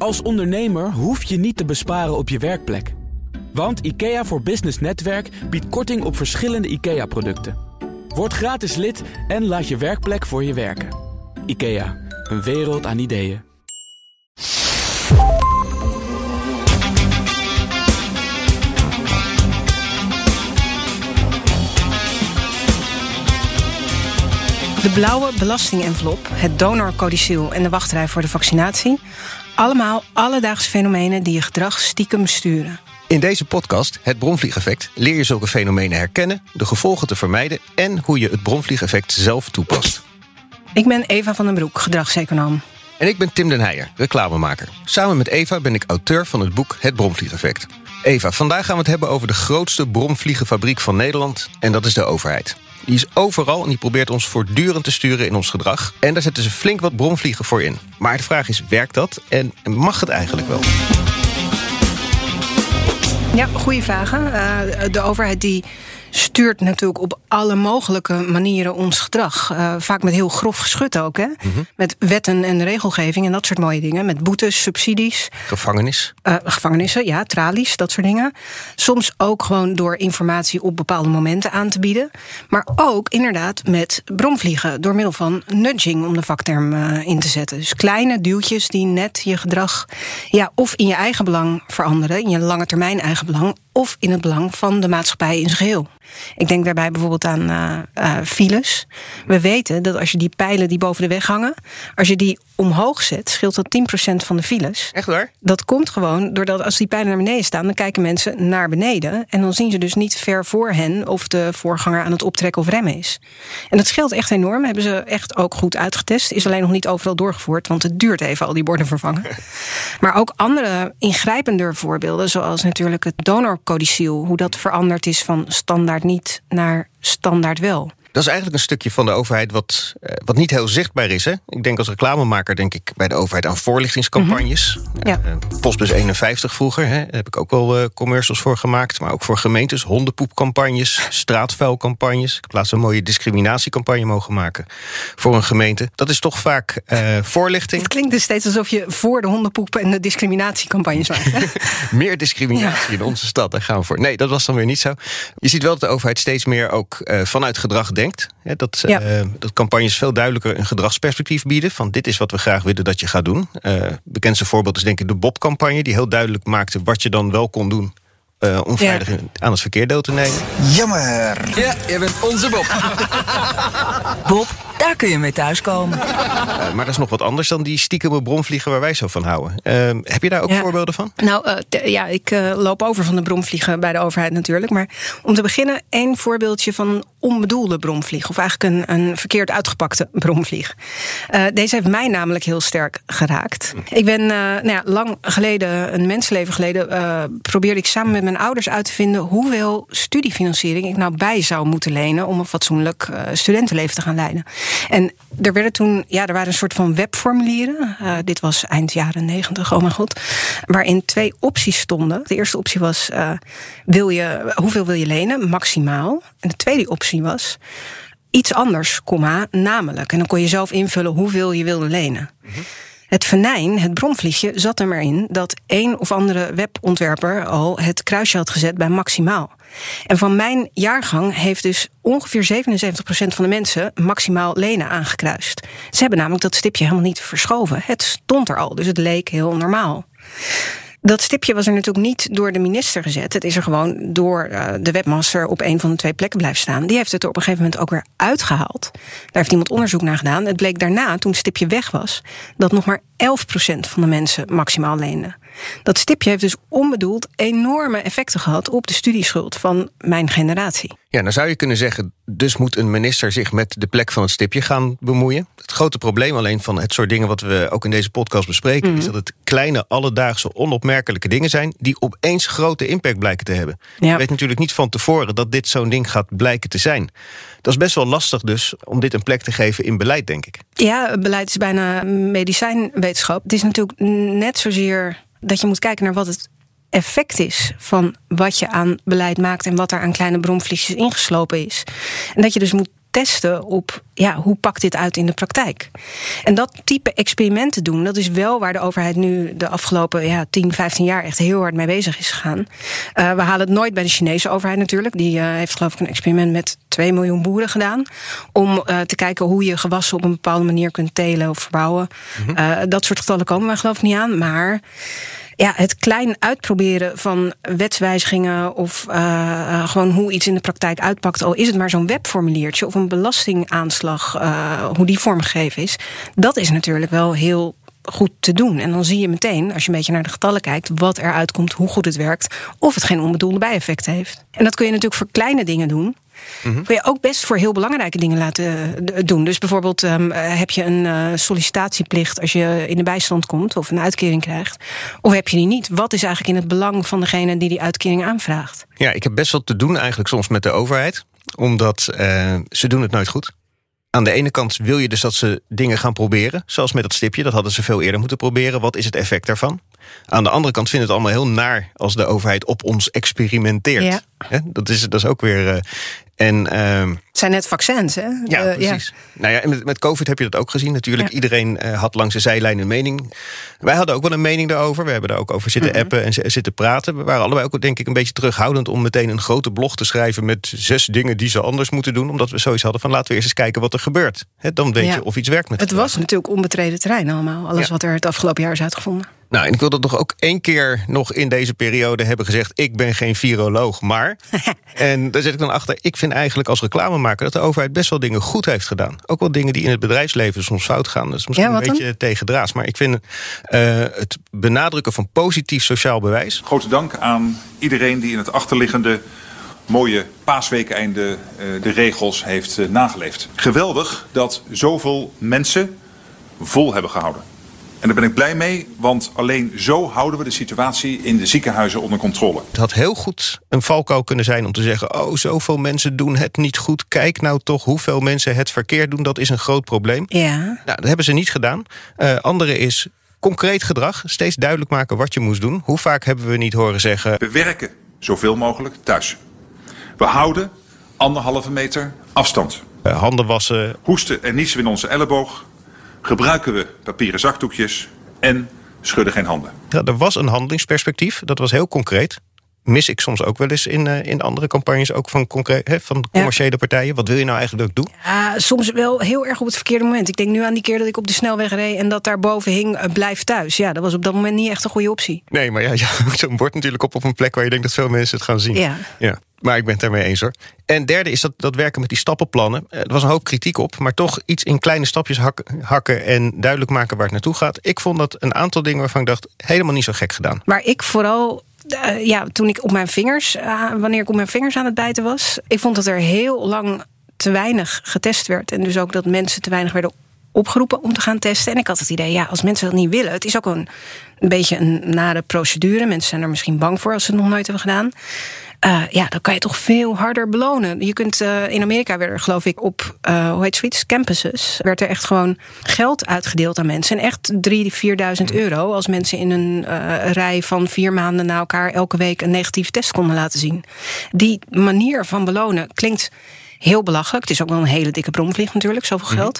Als ondernemer hoef je niet te besparen op je werkplek. Want IKEA voor Business Netwerk biedt korting op verschillende IKEA-producten. Word gratis lid en laat je werkplek voor je werken. IKEA, een wereld aan ideeën. De blauwe belastingenvelop, het donorcodicil en de wachtrij voor de vaccinatie. Allemaal alledaagse fenomenen die je gedrag stiekem sturen. In deze podcast, het bromvliegeffect, leer je zulke fenomenen herkennen, de gevolgen te vermijden en hoe je het bromvliegeffect zelf toepast. Ik ben Eva van den Broek, gedragseconoom. En ik ben Tim den Heijer, reclamemaker. Samen met Eva ben ik auteur van het boek Het Bromvliegeffect. Eva, vandaag gaan we het hebben over de grootste bromvliegenfabriek van Nederland en dat is de overheid. Die is overal en die probeert ons voortdurend te sturen in ons gedrag. En daar zetten ze flink wat bromvliegen voor in. Maar de vraag is, werkt dat en mag het eigenlijk wel? Ja, goede vragen. De overheid die stuurt natuurlijk op alle mogelijke manieren ons gedrag. Vaak met heel grof geschut ook, hè? Mm-hmm. Met wetten en regelgeving en dat soort mooie dingen. Met boetes, subsidies. Gevangenissen, ja, tralies, dat soort dingen. Soms ook gewoon door informatie op bepaalde momenten aan te bieden. Maar ook inderdaad met bromvliegen. Door middel van nudging, om de vakterm in te zetten. Dus kleine duwtjes die net je gedrag of in je eigen belang veranderen. In je lange termijn eigen belang. Of in het belang van de maatschappij in zijn geheel. Ik denk daarbij bijvoorbeeld aan files. We weten dat als je die pijlen die boven de weg hangen, als je die omhoog zet, scheelt dat 10% van de files. Echt waar? Dat komt gewoon doordat als die pijlen naar beneden staan, dan kijken mensen naar beneden. En dan zien ze dus niet ver voor hen of de voorganger aan het optrekken of remmen is. En dat scheelt echt enorm. Hebben ze echt ook goed uitgetest. Is alleen nog niet overal doorgevoerd, want het duurt even al die borden vervangen. Maar ook andere ingrijpender voorbeelden, zoals natuurlijk het donorcodicil, hoe dat veranderd is van standaard niet naar standaard wel. Dat is eigenlijk een stukje van de overheid wat niet heel zichtbaar is. Hè? Ik denk als reclamemaker denk ik bij de overheid aan voorlichtingscampagnes. Mm-hmm. Ja. Postbus 51 vroeger, daar heb ik ook wel commercials voor gemaakt. Maar ook voor gemeentes, hondenpoepcampagnes, straatvuilcampagnes. Ik heb laatst een mooie discriminatiecampagne mogen maken voor een gemeente. Dat is toch vaak voorlichting. Het klinkt dus steeds alsof je voor de hondenpoep en de discriminatiecampagnes maakt. Hè? Meer discriminatie in onze stad, daar gaan we voor. Nee, dat was dan weer niet zo. Je ziet wel dat de overheid steeds meer ook vanuit gedrag denkt. Dat campagnes veel duidelijker een gedragsperspectief bieden. Van dit is wat we graag willen dat je gaat doen. Bekendste voorbeeld is denk ik de Bob-campagne. Die heel duidelijk maakte wat je dan wel kon doen om veilig aan het verkeer deel te nemen. Jammer. Ja, jij bent onze Bob. Bob, daar kun je mee thuiskomen. Maar dat is nog wat anders dan die stiekeme bromvliegen waar wij zo van houden. Heb je daar ook voorbeelden van? Nou, ik loop over van de bromvliegen bij de overheid natuurlijk. Maar om te beginnen, één voorbeeldje van een onbedoelde bromvlieg. Of eigenlijk een verkeerd uitgepakte bromvlieg. Deze heeft mij namelijk heel sterk geraakt. Ik ben lang geleden, een mensenleven geleden, probeerde ik samen met mijn ouders uit te vinden hoeveel studiefinanciering ik nou bij zou moeten lenen om een fatsoenlijk studentenleven te gaan leiden. En er waren een soort van webformulieren. Dit was eind jaren 90, oh mijn god. Waarin 2 opties stonden. De eerste optie was, hoeveel wil je lenen? Maximaal. En de tweede optie was iets anders, namelijk. En dan kon je zelf invullen hoeveel je wilde lenen. Mm-hmm. Het venijn, het bromvliegje, zat er maar in dat een of andere webontwerper al het kruisje had gezet bij maximaal. En van mijn jaargang heeft dus ongeveer 77% van de mensen maximaal lenen aangekruist. Ze hebben namelijk dat stipje helemaal niet verschoven. Het stond er al, dus het leek heel normaal. Dat stipje was er natuurlijk niet door de minister gezet. Het is er gewoon door de webmaster op een van de 2 plekken blijven staan. Die heeft het er op een gegeven moment ook weer uitgehaald. Daar heeft iemand onderzoek naar gedaan. Het bleek daarna, toen het stipje weg was, dat nog maar 11% van de mensen maximaal leenden. Dat stipje heeft dus onbedoeld enorme effecten gehad op de studieschuld van mijn generatie. Ja, nou zou je kunnen zeggen, dus moet een minister zich met de plek van het stipje gaan bemoeien. Het grote probleem alleen van het soort dingen wat we ook in deze podcast bespreken, is dat het kleine, alledaagse, onopmerkelijke dingen zijn die opeens grote impact blijken te hebben. Ja. Je weet natuurlijk niet van tevoren dat dit zo'n ding gaat blijken te zijn. Dat is best wel lastig dus om dit een plek te geven in beleid, denk ik. Ja, beleid is bijna medicijnwetenschap. Het is natuurlijk net zozeer dat je moet kijken naar wat het effect is van wat je aan beleid maakt en wat er aan kleine bromvliegjes ingeslopen is. En dat je dus moet testen op hoe pakt dit uit in de praktijk. En dat type experimenten doen, dat is wel waar de overheid nu de afgelopen 10, 15 jaar echt heel hard mee bezig is gegaan. We halen het nooit bij de Chinese overheid natuurlijk. Die heeft geloof ik een experiment met 2 miljoen boeren gedaan. Om te kijken hoe je gewassen op een bepaalde manier kunt telen of verbouwen. Dat soort getallen komen we geloof ik niet aan. Maar het klein uitproberen van wetswijzigingen of gewoon hoe iets in de praktijk uitpakt, al is het maar zo'n webformuliertje of een belastingaanslag, hoe die vormgegeven is, dat is natuurlijk wel heel goed te doen. En dan zie je meteen, als je een beetje naar de getallen kijkt, wat eruit komt, hoe goed het werkt, of het geen onbedoelde bijeffecten heeft. En dat kun je natuurlijk voor kleine dingen doen. Kun je ook best voor heel belangrijke dingen laten doen. Dus bijvoorbeeld heb je een sollicitatieplicht als je in de bijstand komt of een uitkering krijgt. Of heb je die niet? Wat is eigenlijk in het belang van degene die uitkering aanvraagt? Ja, ik heb best wat te doen eigenlijk soms met de overheid. Omdat ze doen het nooit goed. Aan de ene kant wil je dus dat ze dingen gaan proberen. Zoals met dat stipje, dat hadden ze veel eerder moeten proberen. Wat is het effect daarvan? Aan de andere kant vinden het allemaal heel naar als de overheid op ons experimenteert. Ja. Dat is ook weer. Het zijn net vaccins, hè? Ja, precies. Nou ja, en met COVID heb je dat ook gezien. Natuurlijk, iedereen had langs de zijlijn een mening. Wij hadden ook wel een mening daarover. We hebben daar ook over zitten appen en zitten praten. We waren allebei ook denk ik een beetje terughoudend om meteen een grote blog te schrijven met 6 dingen die ze anders moeten doen. Omdat we zoiets hadden van laten we eerst eens kijken wat er gebeurt. Dan weet je of iets werkt met het. Het was natuurlijk onbetreden terrein allemaal. Alles wat er het afgelopen jaar is uitgevonden. Nou, en ik wil dat nog ook 1 keer nog in deze periode hebben gezegd, ik ben geen viroloog, maar. En daar zit ik dan achter, ik vind eigenlijk als reclamemaker dat de overheid best wel dingen goed heeft gedaan. Ook wel dingen die in het bedrijfsleven soms fout gaan. Dat is misschien een beetje tegendraads. Maar ik vind het benadrukken van positief sociaal bewijs. Grote dank aan iedereen die in het achterliggende mooie paasweekeinde de regels heeft nageleefd. Geweldig dat zoveel mensen vol hebben gehouden. En daar ben ik blij mee, want alleen zo houden we de situatie in de ziekenhuizen onder controle. Het had heel goed een valkuil kunnen zijn om te zeggen, zoveel mensen doen het niet goed. Kijk nou toch hoeveel mensen het verkeerd doen. Dat is een groot probleem. Ja. Nou, dat hebben ze niet gedaan. Andere is concreet gedrag. Steeds duidelijk maken wat je moest doen. Hoe vaak hebben we niet horen zeggen, we werken zoveel mogelijk thuis. We houden 1,5 meter afstand. Handen wassen. Hoesten en niezen in onze elleboog. Gebruiken we papieren zakdoekjes en schudden geen handen. Ja, er was een handelingsperspectief, dat was heel concreet. Mis ik soms ook wel eens in andere campagnes, ook van commerciële partijen. Wat wil je nou eigenlijk dat ik doe? Ja, soms wel heel erg op het verkeerde moment. Ik denk nu aan die keer dat ik op de snelweg reed en dat daarboven hing, blijf thuis. Ja, dat was op dat moment niet echt een goede optie. Nee, maar ja, zo'n bord natuurlijk op een plek waar je denkt dat veel mensen het gaan zien. Ja. Maar ik ben het daarmee eens hoor. En derde is dat werken met die stappenplannen. Er was een hoop kritiek op, maar toch iets in kleine stapjes hakken en duidelijk maken waar het naartoe gaat. Ik vond dat een aantal dingen waarvan ik dacht, helemaal niet zo gek gedaan. Maar ik vooral, toen ik op mijn vingers, wanneer ik op mijn vingers aan het bijten was, ik vond dat er heel lang te weinig getest werd. En dus ook dat mensen te weinig werden opgeroepen om te gaan testen. En ik had het idee, als mensen dat niet willen, het is ook een beetje een nare procedure. Mensen zijn er misschien bang voor als ze het nog nooit hebben gedaan. Dan kan je toch veel harder belonen. Je kunt in Amerika werd er geloof ik op campuses werd er echt gewoon geld uitgedeeld aan mensen. En echt 3.000-4.000 euro als mensen in een rij van 4 maanden na elkaar elke week een negatieve test konden laten zien. Die manier van belonen klinkt heel belachelijk. Het is ook wel een hele dikke bromvlieg natuurlijk, zoveel geld.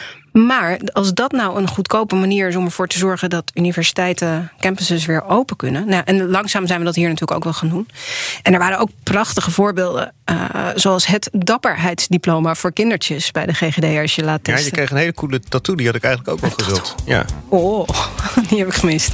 Maar als dat nou een goedkope manier is om ervoor te zorgen dat universiteiten, campuses weer open kunnen. Nou, en langzaam zijn we dat hier natuurlijk ook wel gaan doen. En er waren ook prachtige voorbeelden, zoals het dapperheidsdiploma voor kindertjes bij de GGD als je laat testen. Ja, je kreeg een hele coole tattoo, die had ik eigenlijk ook wel gewild. Ja. Oh, die heb ik gemist.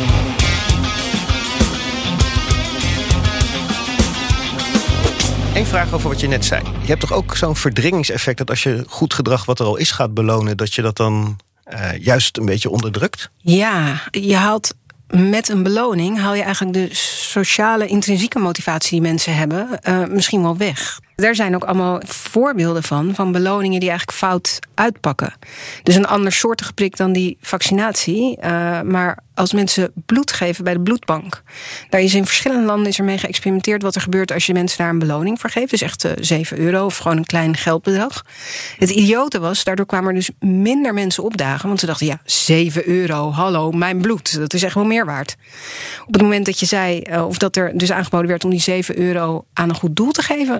Eén vraag over wat je net zei. Je hebt toch ook zo'n verdringingseffect dat als je goed gedrag wat er al is gaat belonen, dat je dat dan juist een beetje onderdrukt? Ja, je haalt met een beloning haal je eigenlijk de sociale intrinsieke motivatie die mensen hebben misschien wel weg. Er zijn ook allemaal voorbeelden van beloningen die eigenlijk fout uitpakken. Dus een andersoortige prik dan die vaccinatie. Maar als mensen bloed geven bij de bloedbank. Daar is in verschillende landen mee geëxperimenteerd wat er gebeurt als je mensen daar een beloning voor geeft. Dus echt €7 of gewoon een klein geldbedrag. Het idiote was, daardoor kwamen er dus minder mensen opdagen. Want ze dachten, €7, hallo, mijn bloed. Dat is echt wel meer waard. Op het moment dat je zei, of dat er dus aangeboden werd om die €7 aan een goed doel te geven, ging het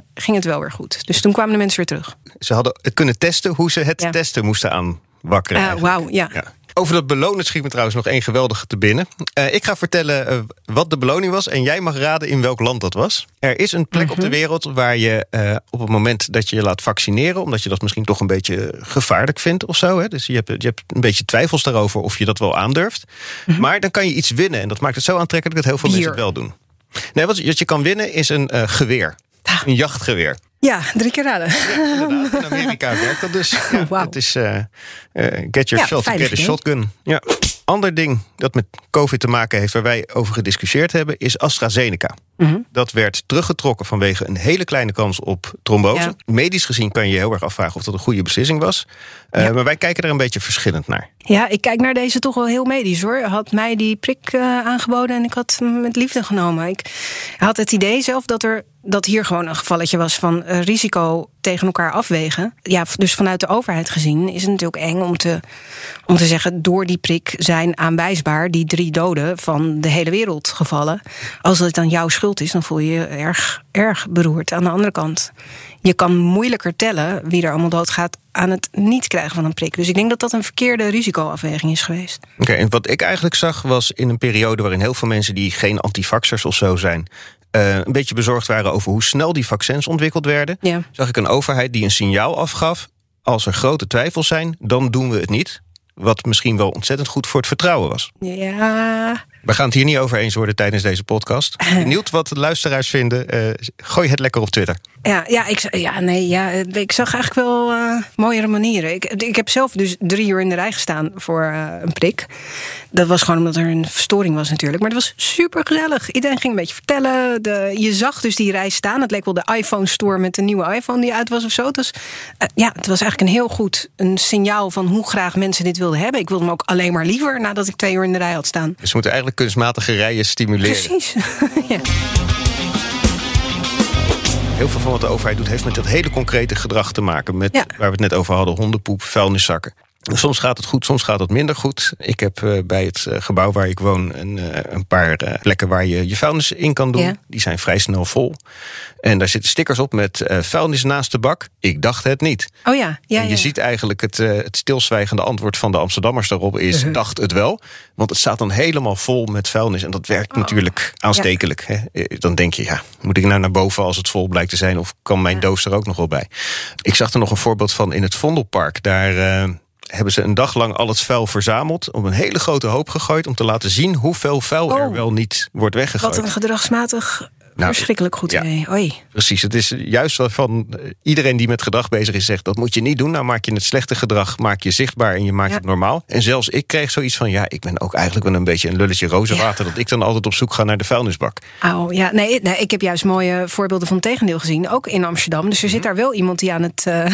wel weer goed. Dus toen kwamen de mensen weer terug. Ze hadden het kunnen testen hoe ze het testen moesten aanwakkeren. Wauw, ja. Over dat belonen schiet me trouwens nog één geweldige te binnen. Ik ga vertellen wat de beloning was en jij mag raden in welk land dat was. Er is een plek op de wereld waar je op het moment dat je je laat vaccineren, omdat je dat misschien toch een beetje gevaarlijk vindt of zo. Hè? Dus je hebt een beetje twijfels daarover of je dat wel aandurft. Maar dan kan je iets winnen en dat maakt het zo aantrekkelijk dat heel veel mensen het wel doen. Nee, wat je kan winnen is een geweer. Een jachtgeweer. Ja, 3 keer raden. Ja, inderdaad. In Amerika werkt dat dus. Ja, wow. Het is get your shot, get a shotgun. Ja. Ander ding dat met COVID te maken heeft, waar wij over gediscussieerd hebben, is AstraZeneca. Dat werd teruggetrokken vanwege een hele kleine kans op trombose. Ja. Medisch gezien kan je heel erg afvragen of dat een goede beslissing was. Maar wij kijken er een beetje verschillend naar. Ja, ik kijk naar deze toch wel heel medisch hoor. Had mij die prik aangeboden en ik had hem met liefde genomen. Ik had het idee zelf dat hier gewoon een gevalletje was van risico tegen elkaar afwegen. Ja, dus vanuit de overheid gezien is het natuurlijk eng om te zeggen, door die prik zijn aanwijsbaar die 3 doden van de hele wereld gevallen. Als het dan jouw schuld is, dan voel je je erg beroerd. Aan de andere kant, je kan moeilijker tellen wie er allemaal doodgaat aan het niet krijgen van een prik. Dus ik denk dat dat een verkeerde risicoafweging is geweest. Oké, en wat ik eigenlijk zag was in een periode waarin heel veel mensen die geen antivaxers of zo zijn, een beetje bezorgd waren over hoe snel die vaccins ontwikkeld werden. Ja. Zag ik een overheid die een signaal afgaf: als er grote twijfels zijn, dan doen we het niet. Wat misschien wel ontzettend goed voor het vertrouwen was. Ja. We gaan het hier niet over eens worden tijdens deze podcast. Benieuwd wat de luisteraars vinden. Gooi het lekker op Twitter. Ik zag eigenlijk wel mooiere manieren. Ik heb zelf dus 3 uur in de rij gestaan voor een prik. Dat was gewoon omdat er een verstoring was natuurlijk. Maar het was super gezellig. Iedereen ging een beetje vertellen. Je zag dus die rij staan. Het leek wel de iPhone Store met de nieuwe iPhone die uit was of zo. Het was eigenlijk een heel goed een signaal van hoe graag mensen dit wilden hebben. Ik wilde hem ook alleen maar liever nadat ik 2 uur in de rij had staan. Dus we moeten eigenlijk kunstmatige rijen stimuleren. Precies. Ja. Heel veel van wat de overheid doet heeft met dat hele concrete gedrag te maken. Met waar we het net over hadden, hondenpoep, vuilniszakken. Soms gaat het goed, soms gaat het minder goed. Ik heb bij het gebouw waar ik woon een paar plekken waar je je vuilnis in kan doen. Ja. Die zijn vrij snel vol. En daar zitten stickers op met vuilnis naast de bak. Ik dacht het niet. Oh ja. En je ziet eigenlijk het stilzwijgende antwoord van de Amsterdammers daarop is dacht het wel. Want het staat dan helemaal vol met vuilnis. En dat werkt natuurlijk aanstekelijk. Ja. Hè? Dan denk je, moet ik nou naar boven als het vol blijkt te zijn? Of kan mijn doos er ook nog wel bij? Ik zag er nog een voorbeeld van in het Vondelpark. Daar hebben ze een dag lang al het vuil verzameld, op een hele grote hoop gegooid, om te laten zien hoeveel vuil er wel niet wordt weggegooid. Wat een gedragsmatig verschrikkelijk goed idee. Oei. Precies, het is juist van iedereen die met gedrag bezig is zegt, dat moet je niet doen. Nou maak je het slechte gedrag zichtbaar en je maakt het normaal. En zelfs ik kreeg zoiets van, ik ben ook eigenlijk wel een beetje een lulletje rozenwater, dat ik dan altijd op zoek ga naar de vuilnisbak. Nee, ik heb juist mooie voorbeelden van het tegendeel gezien, ook in Amsterdam. Dus er zit daar wel iemand die aan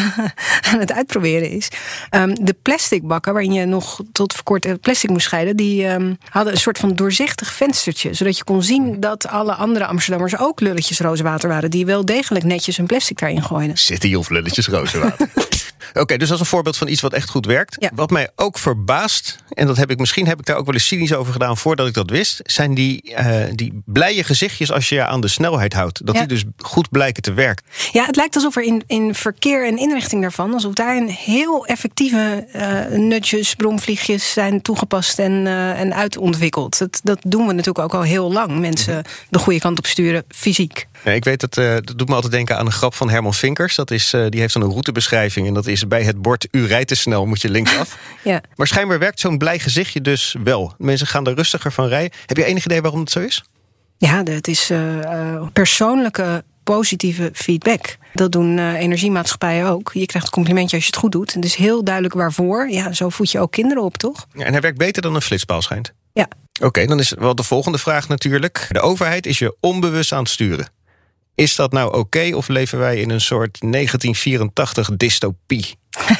het uitproberen is. De plastic bakken, waarin je nog tot voor kort plastic moest scheiden, die hadden een soort van doorzichtig venstertje, zodat je kon zien dat alle andere Amsterdammers ook lulletjes rozenwater waren, die wel degelijk netjes hun plastic daarin gooiden. City of lulletjes rozenwater. Oké, dus dat is een voorbeeld van iets wat echt goed werkt. Ja. Wat mij ook verbaast, en misschien heb ik daar ook wel eens cynisch over gedaan voordat ik dat wist, zijn die blije gezichtjes als je je aan de snelheid houdt. Dat die dus goed blijken te werken. Ja, het lijkt alsof er in verkeer en inrichting daarvan, alsof daar een heel effectieve nutjes, bromvliegjes zijn toegepast en uitontwikkeld. Dat doen we natuurlijk ook al heel lang. Mensen de goede kant op sturen, fysiek. Ja, ik weet dat doet me altijd denken aan een grap van Herman Vinkers. Die heeft dan een routebeschrijving en dat is bij het bord u rijdt te snel, moet je linksaf. Ja. Maar schijnbaar werkt zo'n blij gezichtje dus wel. Mensen gaan er rustiger van rijden. Heb je enig idee waarom het zo is? Ja, het is persoonlijke positieve feedback. Dat doen energiemaatschappijen ook. Je krijgt een complimentje als je het goed doet. Het is heel duidelijk waarvoor. Ja, zo voed je ook kinderen op, toch? Ja, en hij werkt beter dan een flitspaal schijnt. Ja. Oké, dan is wel de volgende vraag natuurlijk. De overheid is je onbewust aan het sturen. Is dat nou oké, of leven wij in een soort 1984 dystopie?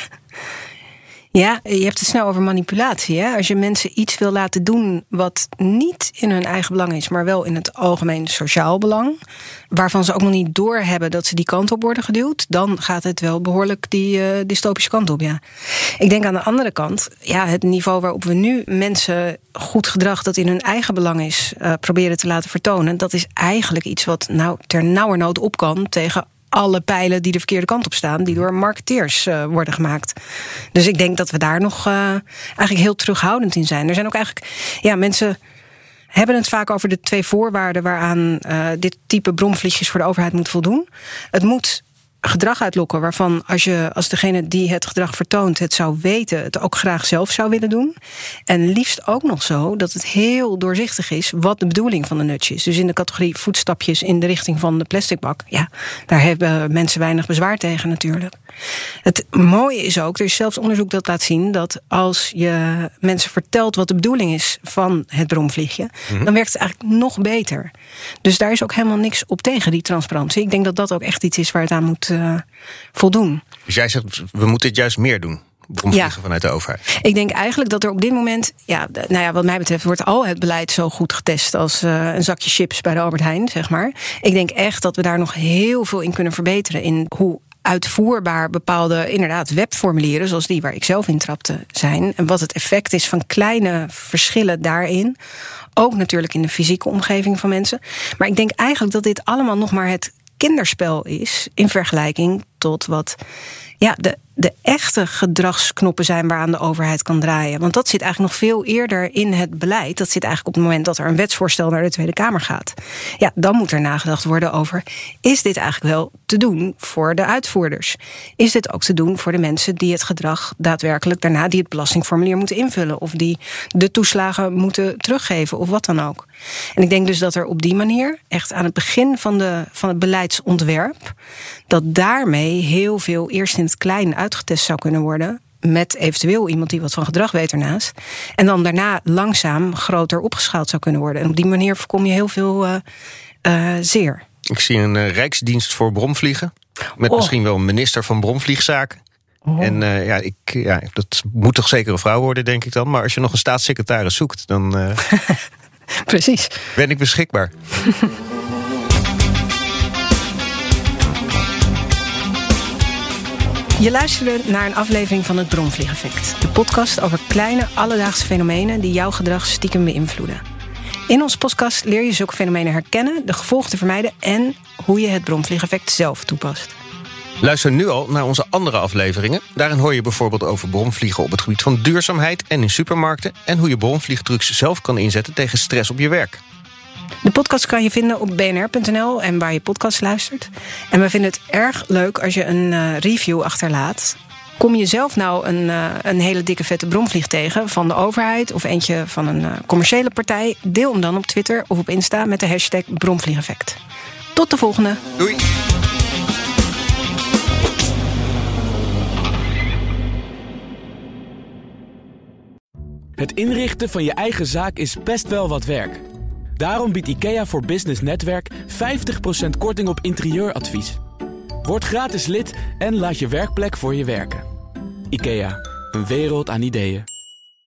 Ja, je hebt het snel over manipulatie. Hè? Als je mensen iets wil laten doen wat niet in hun eigen belang is, maar wel in het algemeen sociaal belang, waarvan ze ook nog niet doorhebben dat ze die kant op worden geduwd, dan gaat het wel behoorlijk die dystopische kant op, ja. Ik denk aan de andere kant, het niveau waarop we nu mensen goed gedrag dat in hun eigen belang is proberen te laten vertonen, dat is eigenlijk iets wat ter nauwernood op kan tegen alle pijlen die de verkeerde kant op staan, die door marketeers worden gemaakt. Dus ik denk dat we daar nog eigenlijk heel terughoudend in zijn. Er zijn ook eigenlijk, mensen hebben het vaak over de 2 voorwaarden waaraan dit type bromvliegjes voor de overheid moet voldoen. Het moet gedrag uitlokken waarvan als degene die het gedrag vertoont het zou weten, het ook graag zelf zou willen doen. En liefst ook nog zo dat het heel doorzichtig is wat de bedoeling van de nudge is. Dus in de categorie voetstapjes in de richting van de plastic bak, daar hebben mensen weinig bezwaar tegen natuurlijk. Het mooie is ook, er is zelfs onderzoek dat laat zien dat als je mensen vertelt wat de bedoeling is van het bromvliegje, dan werkt het eigenlijk nog beter. Dus daar is ook helemaal niks op tegen, die transparantie. Ik denk dat dat ook echt iets is waar het aan moet voldoen. Dus jij zegt, we moeten het juist meer doen, bromvliegen vanuit de overheid. Ik denk eigenlijk dat er op dit moment, wat mij betreft, wordt al het beleid zo goed getest als een zakje chips bij de Albert Heijn, zeg maar. Ik denk echt dat we daar nog heel veel in kunnen verbeteren in hoe uitvoerbaar bepaalde inderdaad webformulieren, zoals die waar ik zelf in trapte, zijn. En wat het effect is van kleine verschillen daarin. Ook natuurlijk in de fysieke omgeving van mensen. Maar ik denk eigenlijk dat dit allemaal nog maar het kinderspel is in vergelijking tot wat de echte gedragsknoppen zijn waaraan de overheid kan draaien. Want dat zit eigenlijk nog veel eerder in het beleid. Dat zit eigenlijk op het moment dat er een wetsvoorstel naar de Tweede Kamer gaat. Ja, dan moet er nagedacht worden over, is dit eigenlijk wel te doen voor de uitvoerders? Is dit ook te doen voor de mensen die het gedrag daadwerkelijk daarna, die het belastingformulier moeten invullen, of die de toeslagen moeten teruggeven, of wat dan ook? En ik denk dus dat er op die manier, echt aan het begin van het beleidsontwerp, dat daarmee heel veel eerst in het klein uitgetest zou kunnen worden, met eventueel iemand die wat van gedrag weet ernaast, en dan daarna langzaam groter opgeschaald zou kunnen worden. En op die manier voorkom je heel veel zeer. Ik zie een Rijksdienst voor bromvliegen, met misschien wel een minister van bromvliegzaken. En dat moet toch zeker een vrouw worden, denk ik dan. Maar als je nog een staatssecretaris zoekt, dan precies. Ben ik beschikbaar. Je luisterde naar een aflevering van het Bromvliegeffect. De podcast over kleine alledaagse fenomenen die jouw gedrag stiekem beïnvloeden. In onze podcast leer je zulke fenomenen herkennen, de gevolgen te vermijden en hoe je het bromvliegeffect zelf toepast. Luister nu al naar onze andere afleveringen. Daarin hoor je bijvoorbeeld over bromvliegen op het gebied van duurzaamheid en in supermarkten, en hoe je bromvliegtrucs zelf kan inzetten tegen stress op je werk. De podcast kan je vinden op bnr.nl en waar je podcast luistert. En we vinden het erg leuk als je een review achterlaat. Kom je zelf nou een hele dikke vette bromvlieg tegen van de overheid of eentje van een commerciële partij? Deel hem dan op Twitter of op Insta met de hashtag bromvliegeffect. Tot de volgende. Doei. Het inrichten van je eigen zaak is best wel wat werk. Daarom biedt IKEA voor Business Netwerk 50% korting op interieuradvies. Word gratis lid en laat je werkplek voor je werken. IKEA, een wereld aan ideeën.